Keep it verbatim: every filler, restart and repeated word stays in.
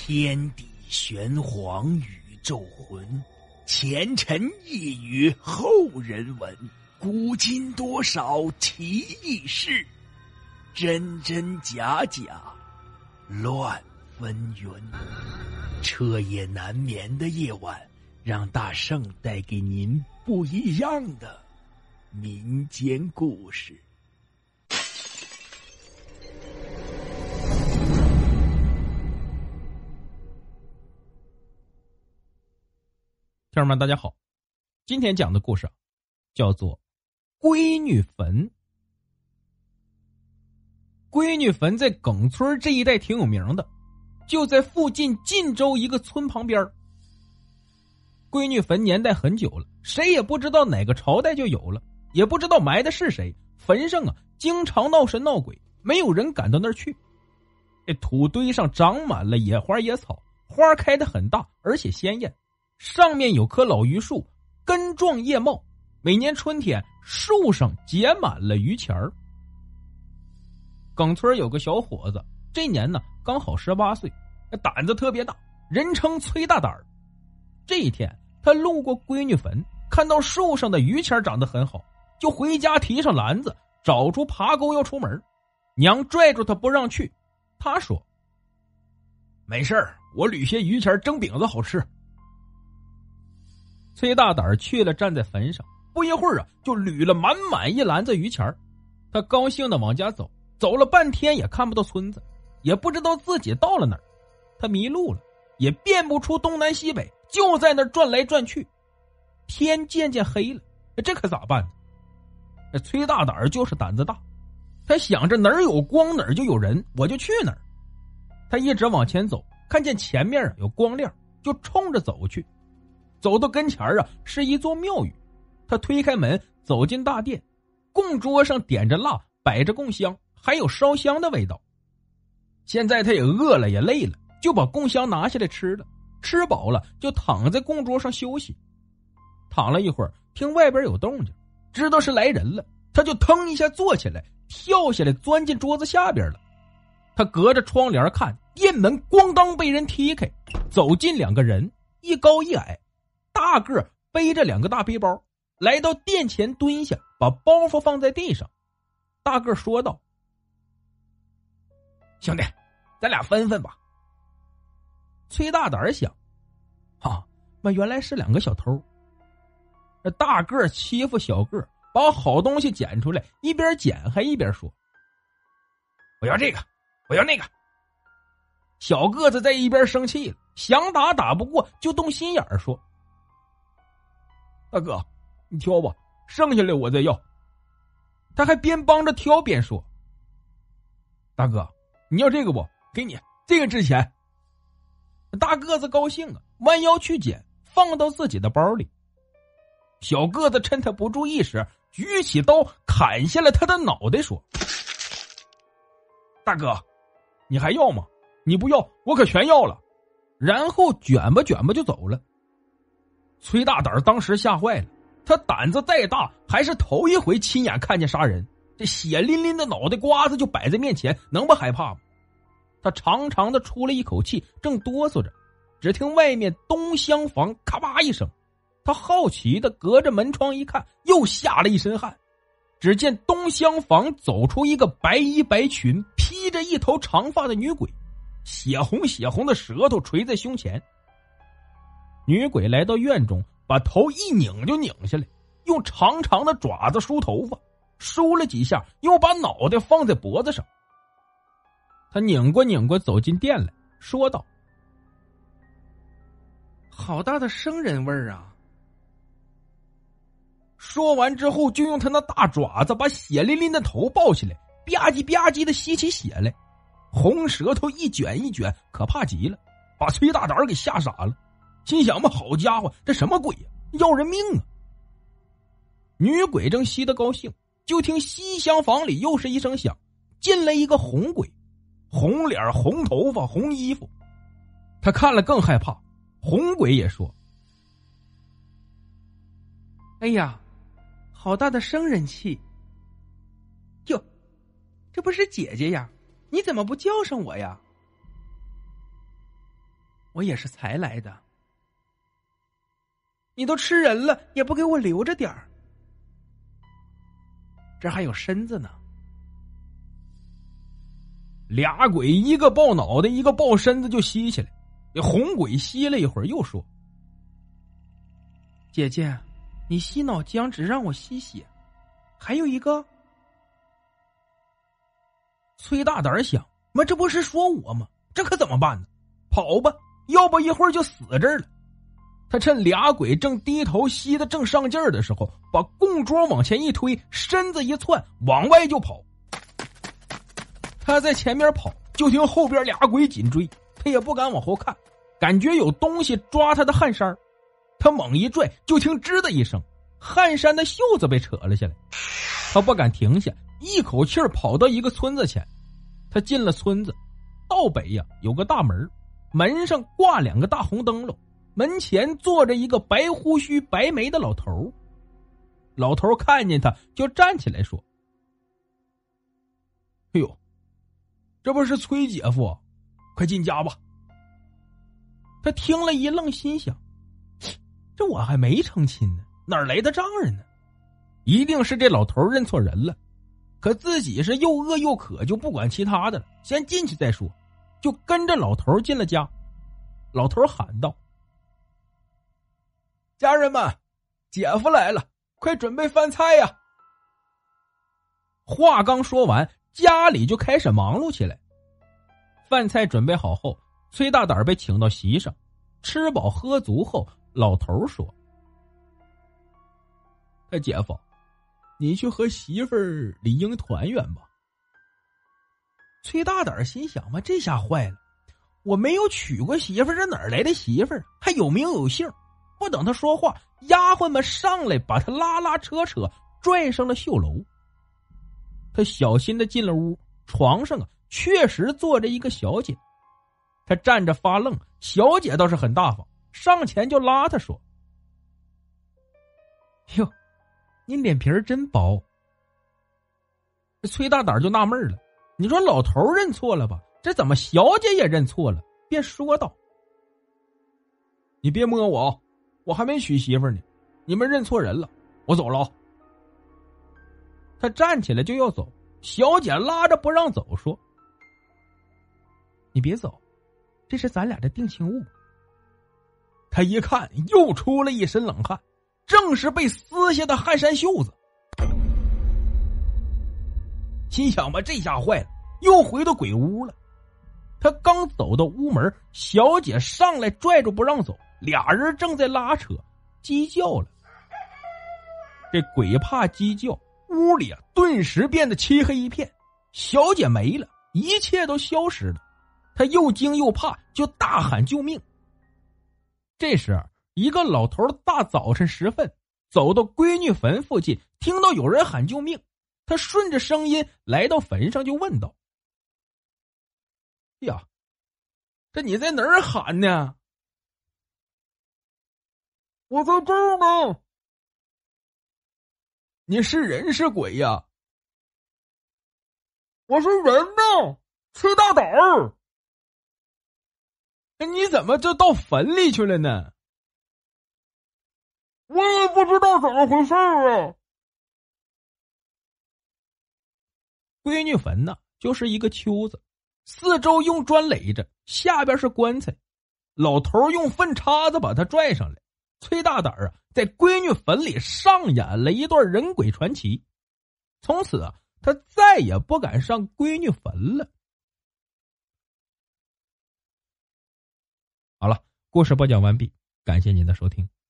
天地玄黄宇宙浑，前尘一语后人闻。古今多少奇异事，真真假假乱纷纭。彻夜难眠的夜晚，让大圣带给您不一样的民间故事。 听众们大家好，今天讲的故事叫做闺女坟。闺女坟在耿村这一带挺有名的，就在附近晋州一个村旁边。闺女坟年代很久了，谁也不知道哪个朝代就有了，也不知道埋的是谁。坟上啊经常闹神闹鬼，没有人敢到那儿去。这土堆上长满了野花野草，花开得很大，而且鲜艳。上面有棵老榆树，根壮叶茂，每年春天树上结满了榆钱儿。耿村有个小伙子，这年呢刚好十八岁，胆子特别大，人称崔大胆儿。这一天他路过闺女坟，看到树上的榆钱长得很好，就回家提上篮子，找出耙钩要出门。娘拽住他不让去，他说：没事儿，我捋些榆钱蒸饼子好吃。崔大胆去了，站在坟上，不一会儿啊，就捋了满满一篮子榆钱。他高兴地往家走，走了半天也看不到村子，也不知道自己到了哪儿。他迷路了，也辨不出东南西北，就在那儿转来转去。天渐渐黑了，这可咋办呢？崔大胆就是胆子大，他想着哪儿有光哪儿就有人，我就去哪儿。他一直往前走，看见前面有光亮，就冲着走去。走到跟前啊，是一座庙宇。他推开门，走进大殿，供桌上点着蜡，摆着供香，还有烧香的味道。现在他也饿了，也累了，就把供香拿下来吃了。吃饱了，就躺在供桌上休息。躺了一会儿，听外边有动静，知道是来人了，他就腾一下坐起来，跳下来钻进桌子下边了。他隔着窗帘看，殿门咣当被人踢开，走进两个人，一高一矮。大个背着两个大背包，来到殿前蹲下，把包袱放在地上。大个说道：兄弟，咱俩分分吧。崔大胆想，啊，那原来是两个小偷。这大个欺负小个，把好东西捡出来，一边捡还一边说：我要这个，我要那个。小个子在一边生气了，想打打不过，就动心眼儿说：大哥，你挑吧，剩下来我再要。他还边帮着挑边说：大哥，你要这个不？给你，这个值钱。大个子高兴啊，弯腰去捡，放到自己的包里。小个子趁他不注意时，举起刀砍下了他的脑袋，说：大哥，你还要吗？你不要，我可全要了。然后卷吧卷吧就走了。崔大胆当时吓坏了，他胆子再大，还是头一回亲眼看见杀人，这血淋淋的脑袋瓜子就摆在面前，能不害怕吗？他长长的出了一口气，正哆嗦着，只听外面东厢房咔吧一声，他好奇的隔着门窗一看，又吓了一身汗。只见东厢房走出一个白衣白裙，披着一头长发的女鬼，血红血红的舌头垂在胸前。女鬼来到院中，把头一拧就拧下来，用长长的爪子梳头发，梳了几下，又把脑袋放在脖子上。他拧过拧过走进店来，说道：好大的生人味儿啊。说完之后，就用他那大爪子把血淋淋的头抱起来，吧唧吧唧的吸起血来，红舌头一卷一卷，可怕极了，把崔大胆给吓傻了。心想嘛，好家伙，这什么鬼呀、啊，要人命啊！女鬼正吸得高兴，就听西厢房里又是一声响，进来一个红鬼，红脸红头发红衣服。他看了更害怕，红鬼也说：哎呀，好大的生人气哟，这不是姐姐呀，你怎么不叫上我呀？ 我也是才来的。你都吃人了，也不给我留着点儿，这还有身子呢。俩鬼一个抱脑袋，一个抱身子就吸起来。那红鬼吸了一会儿，又说：“姐姐，你吸脑浆只让我吸血，还有一个。”崔大胆想：“妈，这不是说我吗？这可怎么办呢？跑吧，要不一会儿就死这儿了。”他趁俩鬼正低头吸得正上劲儿的时候，把供桌往前一推，身子一窜，往外就跑。他在前面跑，就听后边俩鬼紧追，他也不敢往后看，感觉有东西抓他的汗衫。他猛一拽，就听吱的一声，汗衫的袖子被扯了下来。他不敢停下，一口气儿跑到一个村子前。他进了村子，道北呀有个大门，门上挂两个大红灯笼，门前坐着一个白胡须白眉的老头。老头看见他就站起来说：“哎呦，这不是崔姐夫啊，快进家吧。”他听了一愣，心想：这我还没成亲呢，哪来的丈人呢？一定是这老头认错人了。可自己是又饿又渴，就不管其他的了，先进去再说。就跟着老头进了家。老头喊道：“家人们，姐夫来了，快准备饭菜呀！”话刚说完，家里就开始忙碌起来。饭菜准备好后，崔大胆被请到席上，吃饱喝足后，老头说：“他姐夫，你去和媳妇儿理应团圆吧。”崔大胆心想嘛，这下坏了，我没有娶过媳妇儿，这哪儿来的媳妇儿？还有名有姓。不等他说话，丫鬟们上来把他拉拉扯扯拽上了绣楼。他小心的进了屋，床上啊确实坐着一个小姐。他站着发愣，小姐倒是很大方，上前就拉他说：“哟，你脸皮儿真薄。”这崔大胆就纳闷了，你说老头认错了吧，这怎么小姐也认错了？便说道：“你别摸我，我还没娶媳妇呢，你们认错人了，我走了。”他站起来就要走，小姐拉着不让走，说：“你别走，这是咱俩的定情物。”他一看，又出了一身冷汗，正是被撕下的汗衫袖子。心想吧，这下坏了，又回到鬼屋了。他刚走到屋门，小姐上来拽住不让走，俩人正在拉扯鸡叫了。这鬼怕鸡叫，屋里啊顿时变得漆黑一片。小姐没了，一切都消失了。他又惊又怕，就大喊救命。这时一个老头大早晨时分走到闺女坟附近，听到有人喊救命，他顺着声音来到坟上，就问道：“呀，这你在哪儿喊呢？”“我在这儿呢。”“你是人是鬼呀？”“我是人呢，崔大胆儿。”“你怎么就到坟里去了呢？”“我也不知道怎么回事啊。”闺女坟呢，就是一个丘子，四周用砖垒着，下边是棺材。老头用粪叉子把他拽上来。崔大胆啊，在闺女坟里上演了一段人鬼传奇。从此啊，他再也不敢上闺女坟了。好了，故事播讲完毕，感谢您的收听。